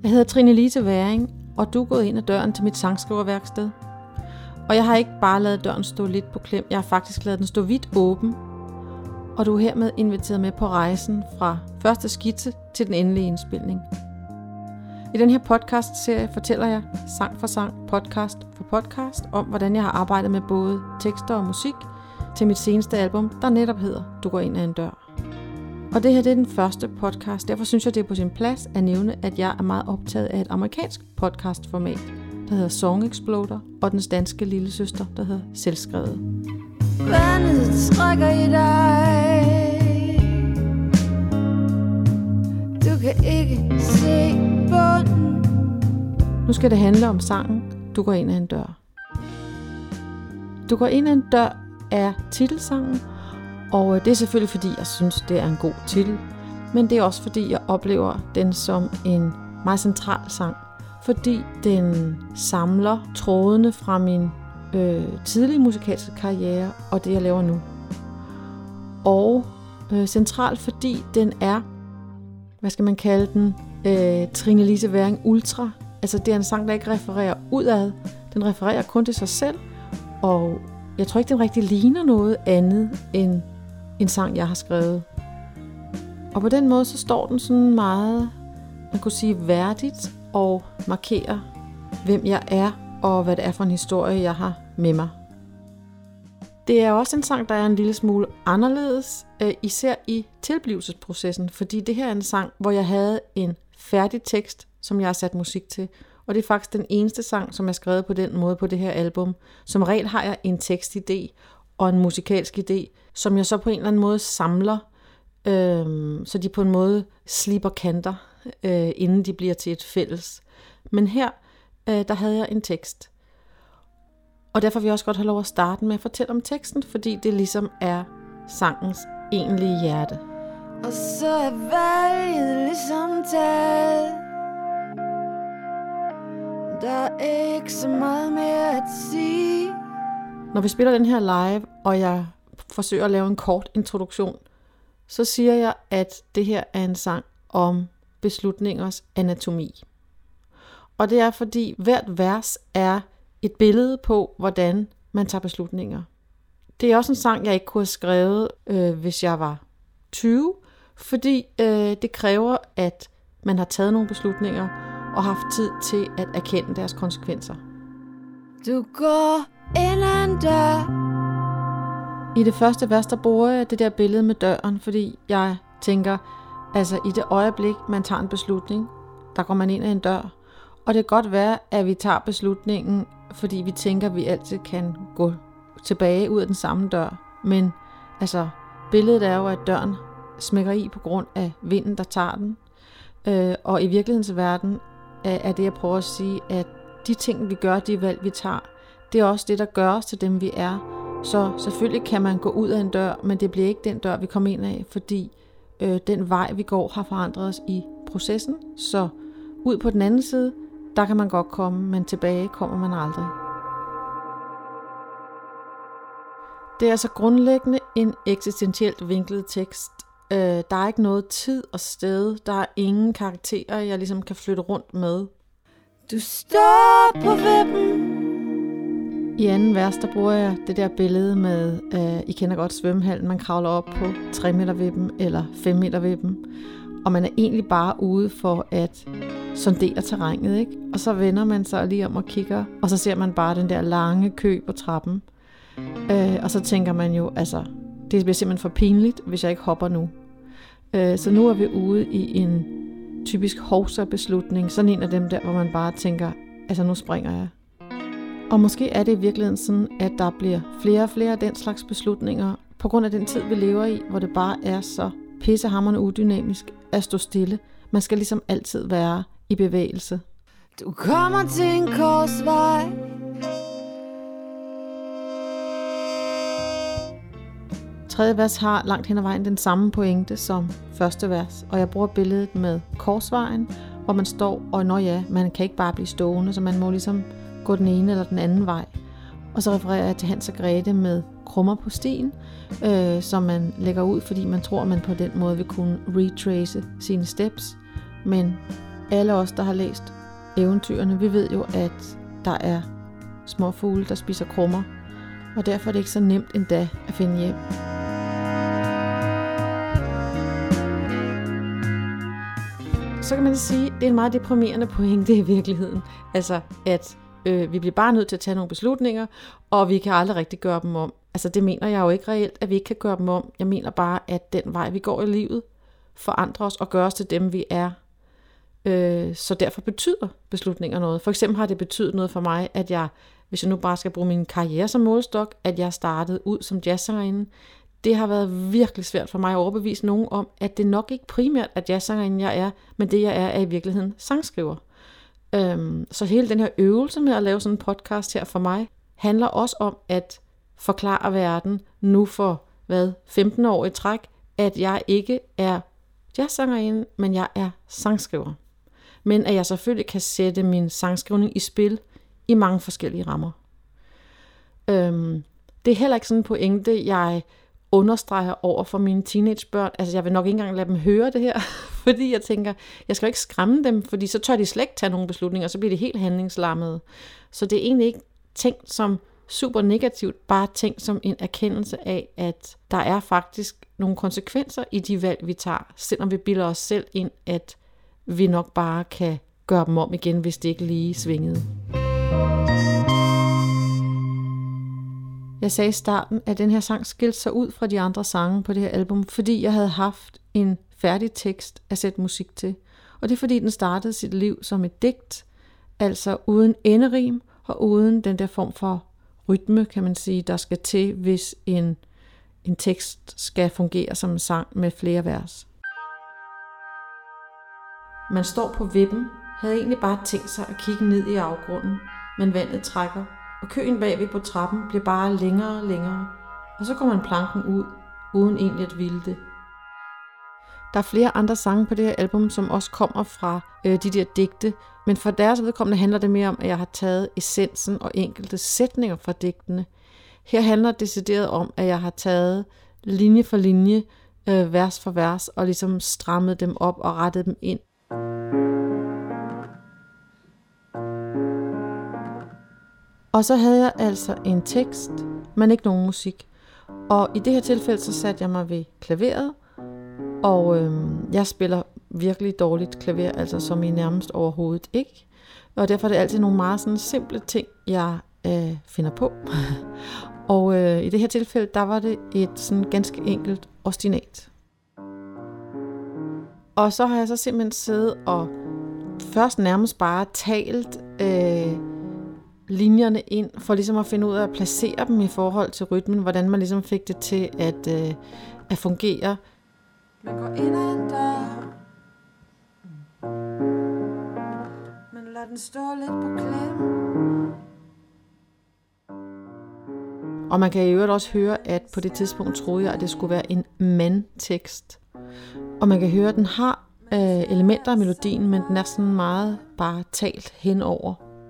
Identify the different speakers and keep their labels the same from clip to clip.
Speaker 1: Jeg hedder Trine Lise Væring, og du er gået ind ad døren til mit sangskriverværksted. Og jeg har ikke bare ladet døren stå lidt på klem, jeg har faktisk ladet den stå vidt åben. Og du er hermed inviteret med på rejsen fra første skitse til den endelige indspilning. I den her podcast-serie fortæller jeg sang for sang, podcast for podcast, om hvordan jeg har arbejdet med både tekster og musik til mit seneste album, der netop hedder Du går ind ad en dør. Og det her det er den første podcast, derfor synes jeg det er på sin plads at nævne, at jeg er meget optaget af et amerikansk podcastformat, der hedder Song Exploder, og dens danske lille søster, der hedder Selvskrevet.
Speaker 2: Vandet trækker i dig. Du kan ikke se bunden.
Speaker 1: Nu skal det handle om sangen Du går ind ad en dør. Du går ind ad en dør er titelsangen, og det er selvfølgelig fordi jeg synes det er en god titel, men det er også fordi jeg oplever den som en meget central sang, fordi den samler trådene fra min tidlige musikalske karriere og det jeg laver nu. Og central fordi den er, hvad skal man kalde den, Trine Lise Væring Ultra. Altså det er en sang der ikke refererer udad, den refererer kun til sig selv, og jeg tror ikke den rigtig ligner noget andet end en sang jeg har skrevet. Og på den måde så står den sådan meget, man kunne sige værdigt, og markerer hvem jeg er og hvad det er for en historie jeg har med mig. Det er også en sang der er en lille smule anderledes, især i tilblivelsesprocessen, fordi det her er en sang hvor jeg havde en færdig tekst som jeg har sat musik til, og det er faktisk den eneste sang som jeg har skrevet på den måde på det her album. Som regel har jeg en tekstidé og en musikalsk idé, som jeg så på en eller anden måde samler, så de på en måde slipper kanter, inden de bliver til et fælles. Men her, der havde jeg en tekst. Og derfor vil jeg også godt have lov at starte med at fortælle om teksten, fordi det ligesom er sangens egentlige hjerte.
Speaker 2: Og så er valget ligesom taget. Der er ikke så meget mere at sige.
Speaker 1: Når vi spiller den her live, og jeg forsøger at lave en kort introduktion, så siger jeg, at det her er en sang om beslutningers anatomi. Og det er fordi hvert vers er et billede på, hvordan man tager beslutninger. Det er også en sang, jeg ikke kunne have skrevet, hvis jeg var 20, fordi det kræver, at man har taget nogle beslutninger og haft tid til at erkende deres konsekvenser.
Speaker 2: Du går ind ad en dør.
Speaker 1: I det første vers, der bruger jeg det der billede med døren, fordi jeg tænker, altså i det øjeblik, man tager en beslutning, der går man ind ad en dør. Og det kan godt være, at vi tager beslutningen, fordi vi tænker, at vi altid kan gå tilbage ud af den samme dør. Men altså, billedet er jo, at døren smækker i på grund af vinden, der tager den. Og i virkelighedens verden er det, jeg prøver at sige, at de ting, vi gør, de valg, vi tager, det er også det, der gør os til dem, vi er. Så selvfølgelig kan man gå ud af en dør, men det bliver ikke den dør, vi kommer ind af, fordi den vej, vi går, har forandret os i processen. Så ud på den anden side, der kan man godt komme, men tilbage kommer man aldrig. Det er altså grundlæggende en eksistentielt vinklet tekst. Der er ikke noget tid og sted, der er ingen karakterer, jeg ligesom kan flytte rundt med.
Speaker 2: Du står på vippen.
Speaker 1: I anden vers, der bruger jeg det der billede med, I kender godt svømmehallen, man kravler op på 3 meter vippen eller 5 meter vippen, og man er egentlig bare ude for at sondere terrænet, ikke? Og så vender man sig lige om og kigger, og så ser man bare den der lange kø på trappen. Og så tænker man jo, altså, det bliver simpelthen for pinligt, hvis jeg ikke hopper nu. Så nu er vi ude i en typisk hovsa-beslutning, sådan en af dem der, hvor man bare tænker, altså nu springer jeg. Og måske er det i virkeligheden sådan, at der bliver flere og flere af den slags beslutninger, på grund af den tid, vi lever i, hvor det bare er så pissehamrende udynamisk at stå stille. Man skal ligesom altid være i bevægelse.
Speaker 2: Du kommer til en korsvej.
Speaker 1: Tredje vers har langt hen ad vejen den samme pointe som første vers, og jeg bruger billedet med korsvejen, hvor man står, og når ja, man kan ikke bare blive stående, så man må ligesom gå den ene eller den anden vej. Og så refererer jeg til Hans og Grete med krummer på stien, som man lægger ud, fordi man tror, at man på den måde vil kunne retrace sine steps. Men Alle os, der har læst eventyrene, vi ved jo, at der er små fugle, der spiser krummer, og derfor er det ikke så nemt endda at finde hjem. Så kan man sige, at det er en meget deprimerende pointe i virkeligheden. Altså, at vi bliver bare nødt til at tage nogle beslutninger, og vi kan aldrig rigtig gøre dem om. Altså, det mener jeg jo ikke reelt, at vi ikke kan gøre dem om. Jeg mener bare, at den vej, vi går i livet, forandrer os og gør os til dem, vi er. Så derfor betyder beslutninger noget. For eksempel har det betydet noget for mig, at jeg, hvis jeg nu bare skal bruge min karriere som målestok, at jeg startede ud som jazzsangerinde. Det har været virkelig svært for mig at overbevise nogen om, at det nok ikke primært er jazzsangerinde, jeg er, men det jeg er i virkeligheden sangskriver. Så hele den her øvelse med at lave sådan en podcast her for mig, handler også om at forklare verden nu for 15 år i træk, at jeg ikke er jazzsangerinde, men jeg er sangskriver. Men at jeg selvfølgelig kan sætte min sangskrivning i spil i mange forskellige rammer. Det er heller ikke sådan en pointe, jeg understreger over for mine teenagebørn. Altså jeg vil nok ikke engang lade dem høre det her, fordi jeg tænker, jeg skal jo ikke skræmme dem, fordi så tør de slet ikke tage nogle beslutninger, og så bliver de helt handlingslammede. Så det er egentlig ikke tænkt som super negativt, bare tænkt som en erkendelse af, at der er faktisk nogle konsekvenser i de valg, vi tager, selvom vi bilder os selv ind, at vi nok bare kan gøre dem om igen, hvis det ikke lige svingede. Jeg sagde i starten, at den her sang skilte sig ud fra de andre sange på det her album, fordi jeg havde haft en færdig tekst at sætte musik til. Og det er fordi, den startede sit liv som et digt, altså uden enderim og uden den der form for rytme, kan man sige, der skal til, hvis en tekst skal fungere som en sang med flere vers. Man står på vippen, havde egentlig bare tænkt sig at kigge ned i afgrunden, men vandet trækker, og køen bagved på trappen bliver bare længere og længere, og så går man planken ud, uden egentlig at ville det. Der er flere andre sange på det her album, som også kommer fra de der digte, men for deres vedkommende handler det mere om, at jeg har taget essensen og enkelte sætninger fra digtene. Her handler det decideret om, at jeg har taget linje for linje, vers for vers, og ligesom strammet dem op og rettet dem ind. Og så havde jeg altså en tekst, men ikke nogen musik. Og i det her tilfælde, så satte jeg mig ved klaveret, og jeg spiller virkelig dårligt klaver, altså som i nærmest overhovedet ikke. Og derfor er det altid nogle meget sådan simple ting, jeg finder på. Og i det her tilfælde, der var det et sådan ganske enkelt ostinat. Og så har jeg så simpelthen siddet og først nærmest bare talt linjerne ind, for ligesom at finde ud af at placere dem i forhold til rytmen, hvordan man ligesom fik det til at fungere.
Speaker 2: Man går ind ad en dør, men lad den stå lidt på klem.
Speaker 1: Og man kan i øvrigt også høre, at på det tidspunkt troede jeg, at det skulle være en mandtekst. Og man kan høre, at den har elementer af melodien, men den er sådan meget bare talt henover.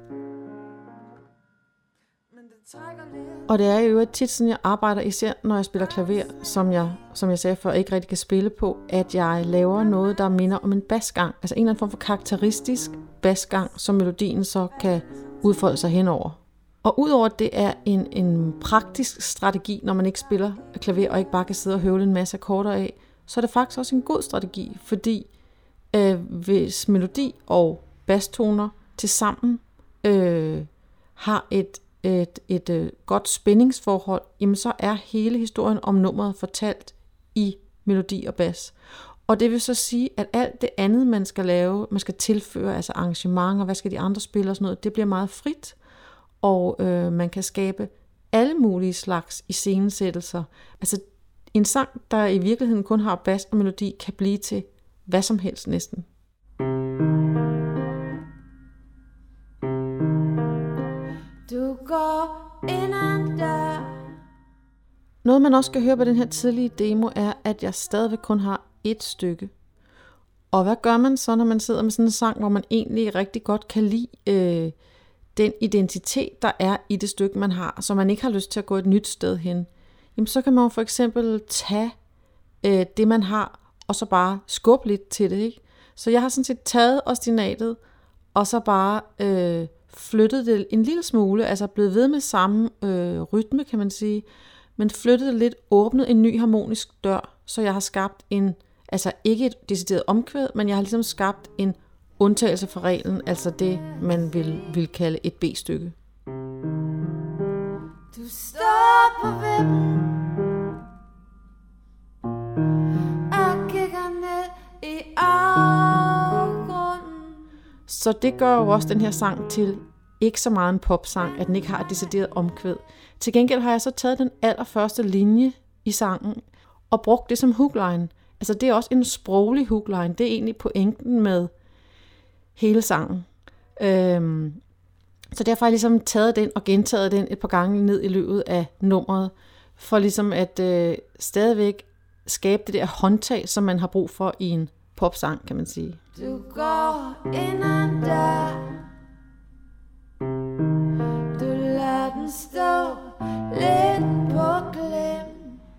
Speaker 1: Og det er jo tit sådan, jeg arbejder, især når jeg spiller klaver, som jeg sagde før, ikke rigtig kan spille på, at jeg laver noget, der minder om en basgang. Altså en eller anden form for karakteristisk basgang, som melodien så kan udfolde sig henover. Og udover det er en praktisk strategi, når man ikke spiller klaver og ikke bare kan sidde og høvle en masse akkorder af, så er det faktisk også en god strategi, fordi hvis melodi og basstoner tilsammen har et godt spændingsforhold, jamen så er hele historien om nummeret fortalt i melodi og bas. Og det vil så sige, at alt det andet, man skal lave, man skal tilføre, altså arrangementer, hvad skal de andre spille og sådan noget, det bliver meget frit, og man kan skabe alle mulige slags iscenesættelser. Altså en sang, der i virkeligheden kun har bas og melodi, kan blive til hvad som helst næsten.
Speaker 2: Du går ind ad en dør.
Speaker 1: Noget man også skal høre på den her tidlige demo er, at jeg stadigvæk kun har et stykke. Og hvad gør man så, når man sidder med sådan en sang, hvor man egentlig rigtig godt kan lide den identitet, der er i det stykke, man har, så man ikke har lyst til at gå et nyt sted hen? Jamen så kan man jo for eksempel tage det, man har, og så bare skubbe lidt til det, ikke? Så jeg har sådan set taget ostinatet, og så bare flyttet det en lille smule, altså blevet ved med samme rytme, kan man sige, men flyttet det lidt, åbnet en ny harmonisk dør, så jeg har skabt altså ikke et decideret omkvæd, men jeg har ligesom skabt en undtagelse fra reglen, altså det, man vil kalde et B-stykke.
Speaker 2: Du står på vippen og kigger ned i afgrunden.
Speaker 1: Så det gør jo også den her sang til ikke så meget en popsang, at den ikke har et decideret omkvæd. Til gengæld har jeg så taget den allerførste linje i sangen og brugt det som hookline. Altså det er også en sproglig hookline. Det er egentlig pointen med hele sangen. Så derfor har jeg ligesom taget den og gentaget den et par gange ned i løbet af nummeret, for ligesom at stadigvæk skabe det der håndtag, som man har brug for i en popsang, kan man sige.
Speaker 2: Du går ind ad en dør, du lader den stå lidt på klem,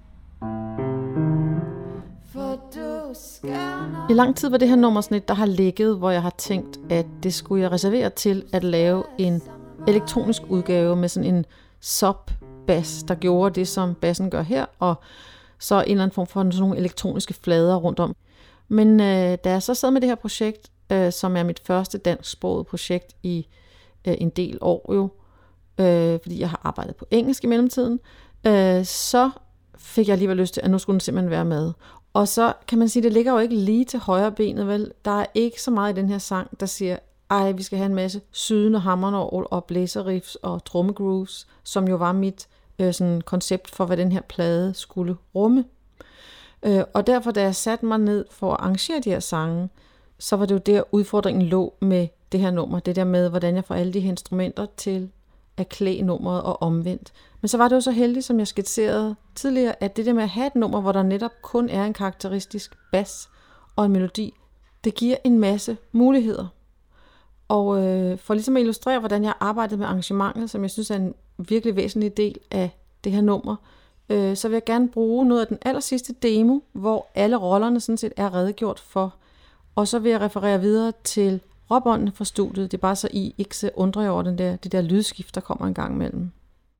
Speaker 2: for du skal nok.
Speaker 1: I lang tid var det her nummer sådan et, der har ligget, hvor jeg har tænkt, at det skulle jeg reservere til at lave en elektronisk udgave med sådan en sub-bass, der gjorde det, som bassen gør her, og så en eller anden form for sådan nogle elektroniske flader rundt om. Men da jeg så sad med det her projekt, som er mit første dansksproget projekt i en del år jo, fordi jeg har arbejdet på engelsk i mellemtiden, så fik jeg alligevel lyst til, at nu skulle den simpelthen være med. Og så kan man sige, det ligger jo ikke lige til højre benet, vel? Der er ikke så meget i den her sang, der siger, ej, vi skal have en masse sydende hammernorgel og blæserriffs og trommegrooves, som jo var mit sådan koncept for, hvad den her plade skulle rumme. Og derfor, da jeg satte mig ned for at arrangere de her sange, så var det jo der, udfordringen lå med det her nummer. Det der med, hvordan jeg får alle de her instrumenter til at klæde nummeret og omvendt. Men så var det jo så heldigt, som jeg skitserede tidligere, at det der med at have et nummer, hvor der netop kun er en karakteristisk bas og en melodi, det giver en masse muligheder. Og for ligesom at illustrere, hvordan jeg arbejdede med arrangementet, som jeg synes er en virkelig væsentlig del af det her nummer, så vil jeg gerne bruge noget af den allersidste demo, hvor alle rollerne sådan set er redegjort for. Og så vil jeg referere videre til råbåndene fra studiet. Det er bare så I ikke så undrer jer over det der lydskift, der kommer en gang imellem.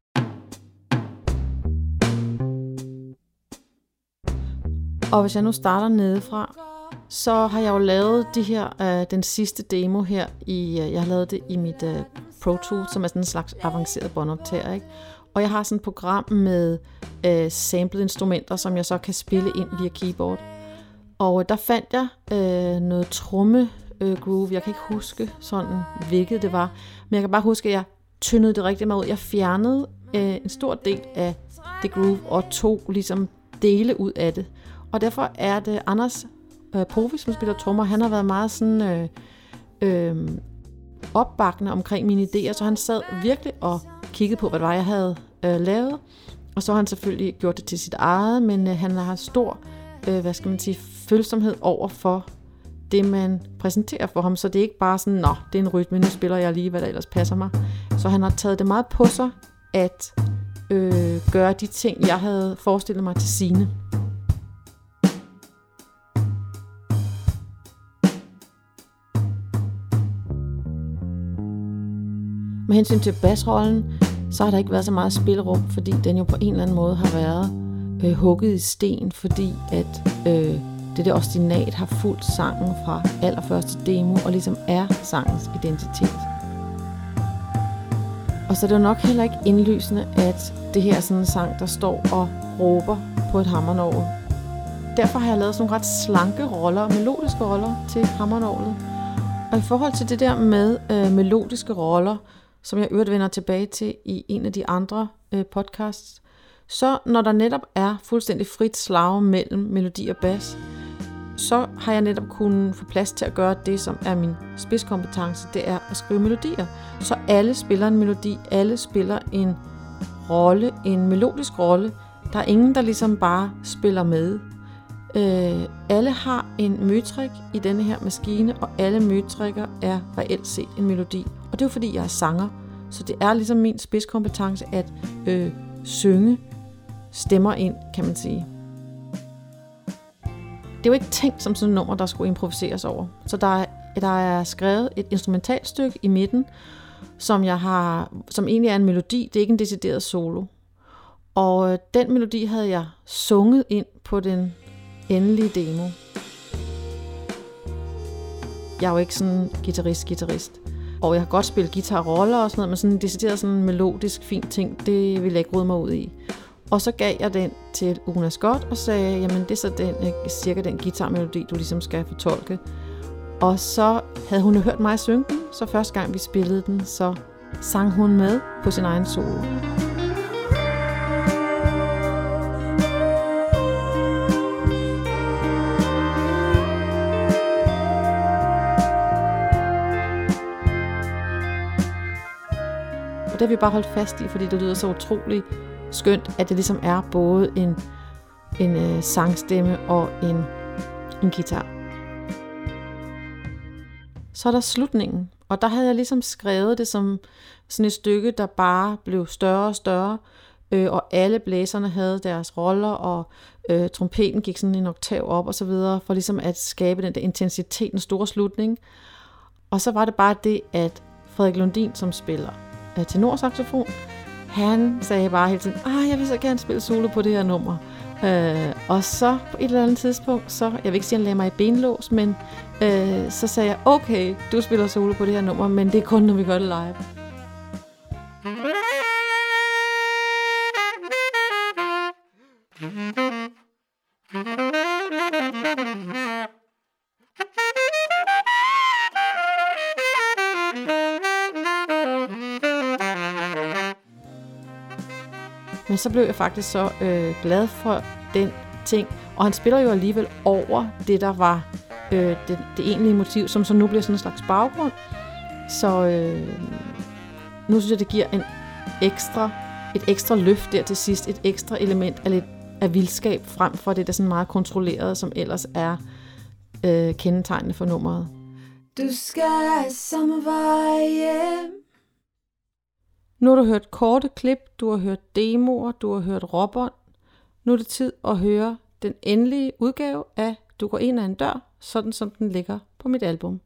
Speaker 1: Og hvis jeg nu starter nedefra, så har jeg jo lavet de her, den sidste demo her, jeg har lavet det i mit Pro Tools, som er sådan en slags avanceret båndoptager, ikke? Og jeg har sådan et program med samplede instrumenter, som jeg så kan spille ind via keyboard. Og der fandt jeg noget tromme groove. Jeg kan ikke huske sådan, hvilket det var. Men jeg kan bare huske, at jeg tyndede det rigtig meget ud. Jeg fjernede en stor del af det groove og tog ligesom dele ud af det. Og derfor er det Anders Provi, som spiller trommer, han har været meget sådan opbakkende omkring mine idéer. Så han sad virkelig og kiggede på, hvad det var, jeg havde lavet. Og så har han selvfølgelig gjort det til sit eget, men han har stor følsomhed over for det, man præsenterer for ham. Så det er ikke bare sådan, det er en rytme, nu spiller jeg lige, hvad der ellers passer mig. Så han har taget det meget på sig at gøre de ting, jeg havde forestillet mig til sine. Med hensyn til bassrollen, så har der ikke været så meget spillerum, fordi den jo på en eller anden måde har været hugget i sten, fordi at det der ostinat har fulgt sangen fra allerførste demo, og ligesom er sangens identitet. Og så er det jo nok heller ikke indlysende, at det her er sådan en sang, der står og råber på et hammernorgel. Derfor har jeg lavet sådan nogle ret slanke roller, melodiske roller til hammernorglet. Og i forhold til det der med melodiske roller, som jeg øvrigt vender tilbage til i en af de andre podcasts, så når der netop er fuldstændig frit slag mellem melodi og bas, så har jeg netop kunnet få plads til at gøre det, som er min spidskompetence, det er at skrive melodier. Så alle spiller en melodi, alle spiller en rolle, en melodisk rolle. Der er ingen, der ligesom bare spiller med. Alle har en møtrik i denne her maskine, og alle møtrikker er reelt set en melodi. Og det er jo fordi, jeg er sanger, så det er ligesom min spidskompetence at synge stemmer ind, kan man sige. jo ikke tænkt som sådan et nummer, der skulle improviseres over. Så der er skrevet et instrumentalstykke i midten, som egentlig er en melodi. Det er ikke en decideret solo. Og den melodi havde jeg sunget ind på den endelige demo. Jeg er jo ikke sådan guitarist. Og jeg har godt spillet guitarroller og sådan noget, men sådan en decideret sådan melodisk fin ting, det ville jeg ikke rode mig ud i. Og så gav jeg den til Una Scott og sagde, jamen det er så cirka den guitarmelodi, du ligesom skal fortolke. Og så havde hun jo hørt mig synge den, så første gang vi spillede den, så sang hun med på sin egen solo. Og det har vi bare holdt fast i, fordi det lyder så utroligt skønt, at det ligesom er både en sangstemme og en guitar. Så er der slutningen, og der havde jeg ligesom skrevet det som sådan et stykke, der bare blev større og større, og alle blæserne havde deres roller, og trompeten gik sådan en oktav op og så videre, for ligesom at skabe den der intensitet, en store slutning. Og så var det bare det, at Frederik Lundin, som spiller tenorsaxofon, han sagde bare hele tiden, jeg vil så gerne spille solo på det her nummer. Og så på et eller andet tidspunkt, så, jeg vil ikke sige, at han lagde mig i benlås, men så sagde jeg, okay, du spiller solo på det her nummer, men det er kun, når vi gør det live. Men så blev jeg faktisk så glad for den ting, og han spiller jo alligevel over det, der var det egentlige motiv, som så nu bliver sådan en slags baggrund. Så nu synes jeg, det giver et ekstra løft der til sidst, et ekstra element af vildskab frem for det, der sådan meget kontrolleret, som ellers er kendetegnende for nummeret.
Speaker 2: Du skal samme vej hjem.
Speaker 1: Nu har du hørt korte klip, du har hørt demoer, du har hørt råbånd. Nu er det tid at høre den endelige udgave af Du går ind ad en dør, sådan som den ligger på mit album.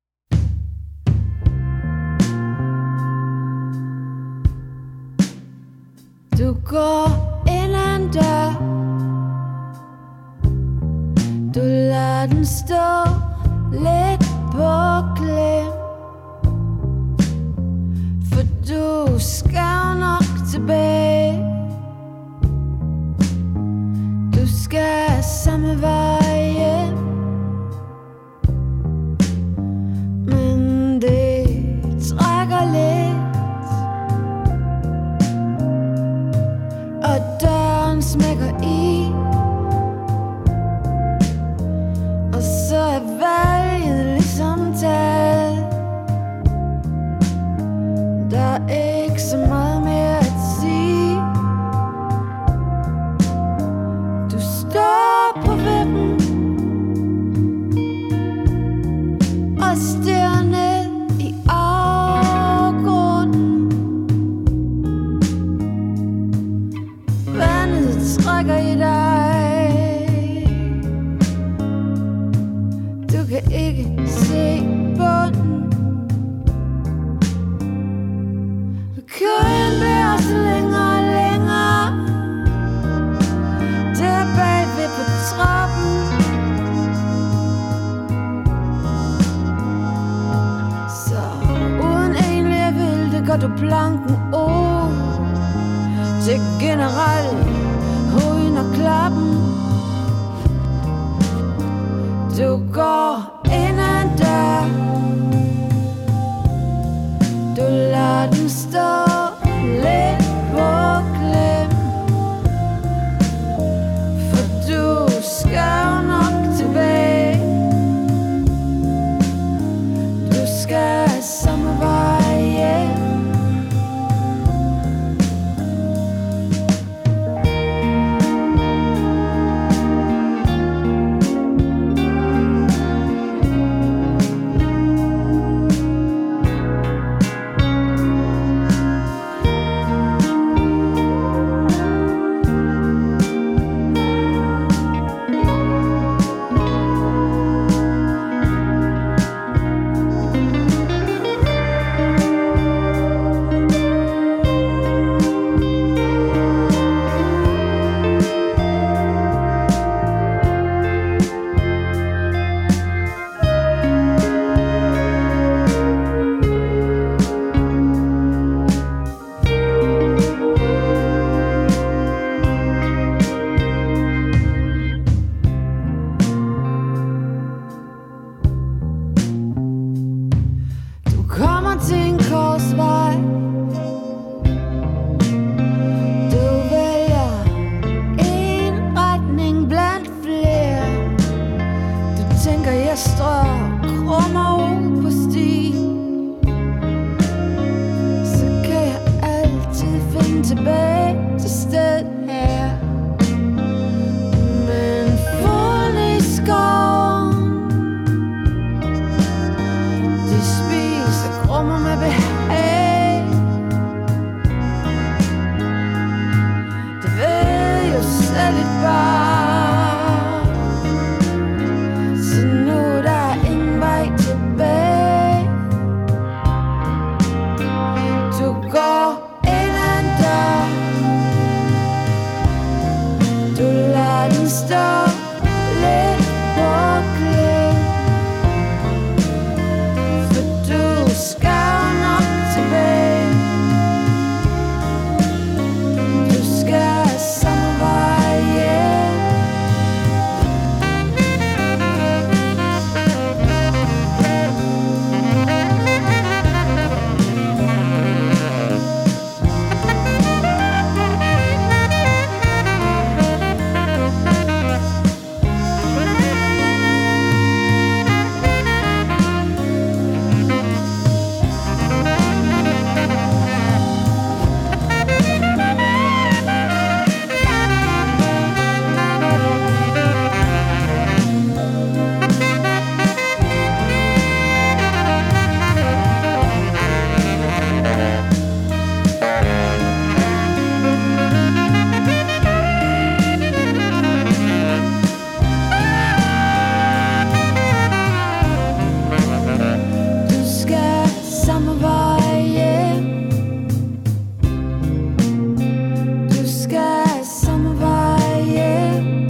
Speaker 2: Du går ind ad en dør. Du lader den stå lidt på klem. For du skal nok tilbage. Du skal samme vej hjem. Men det trækker lidt, og døren smækker i. Og så er valget ligesom taget. Der er ikke så meget mere at sige. Du står på vippen og stirrer ned i afgrunden. Vandet trækker i dig. Du kan ikke se bunden. Køen bliver også længere og længere. Der bagved på trappen. Så uden egentlig at ville det, går du planken ud til general uden at klappen. Du går ind ad en dør. Du lader den stå lidt på klem. For du skal nok tilbage. Du skal samme vej hjem. til en korsvej. Du vælger en retning blandt flere. Du tænker, jeg strør krummer ud på stien. Så kan jeg altid finde tilbage til stedet her. Men fuglene i skoven, de spiser krummer med behag. Det ved jo selv et barn. Så nu er der ingen vej tilbage. Du går ind ad en dør, du lader den stå lidt på klem, for du skal nok tilbage. Du skal samme vej hjem. Du skal samme vej hjem. Du skal samme vej hjem.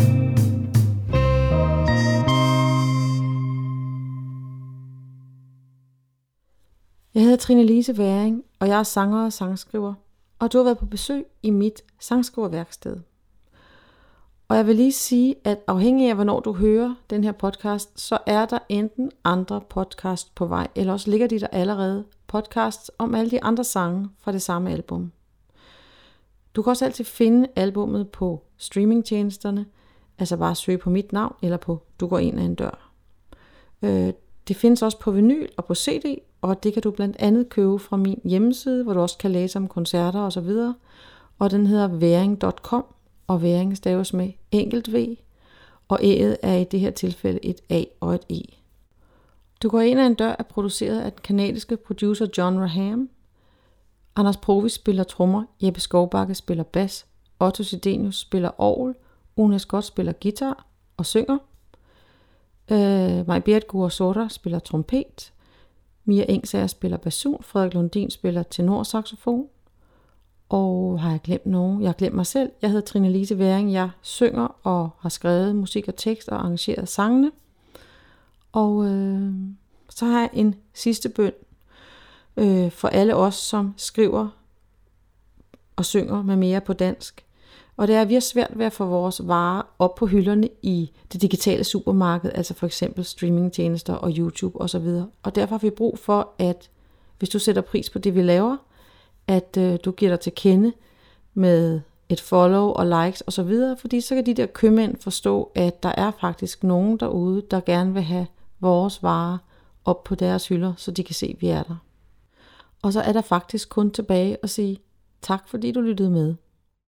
Speaker 1: Jeg hedder Trine Lise Væring, og jeg er sanger og sangskriver, og du har været på besøg i mit sangskriverværksted. Og jeg vil lige sige, at afhængig af hvornår du hører den her podcast, så er der enten andre podcasts på vej, eller også ligger de der allerede podcasts om alle de andre sange fra det samme album. Du kan også altid finde albummet på streamingtjenesterne, altså bare søge på mit navn eller på Du går ind ad en dør. Det findes også på vinyl og på CD, og det kan du blandt andet købe fra min hjemmeside, hvor du også kan læse om koncerter osv. Og den hedder væring.com, og væring staves med enkelt V, og Æ'et er i det her tilfælde et A og et E. Du går ind ad en dør er produceret af den kanadiske producer John Raham. Anders Provis spiller trommer, Jeppe Skovbakke spiller bas, Otto Sidenius spiller orgel, Una Scott spiller guitar og synger. Maj-Bert Guarsora spiller trompet, Mia Engsager spiller basun, Frederik Lundin spiller tenorsaxofon. Og har jeg glemt nogen? Jeg har glemt mig selv. Jeg hedder Trine Lise Væring. Jeg synger og har skrevet musik og tekst og arrangeret sangene. Og så har jeg en sidste bøn for alle os, som skriver og synger med mere på dansk. Og det er, at vi har svært ved at få vores varer op på hylderne i det digitale supermarked, altså for eksempel streamingtjenester og YouTube osv. Og derfor har vi brug for, at hvis du sætter pris på det, vi laver, at du giver dig til kende med et follow og likes osv., fordi så kan de der købmænd forstå, at der er faktisk nogen derude, der gerne vil have vores varer op på deres hylder, så de kan se, at vi er der. Og så er der faktisk kun tilbage at sige tak, fordi du lyttede med.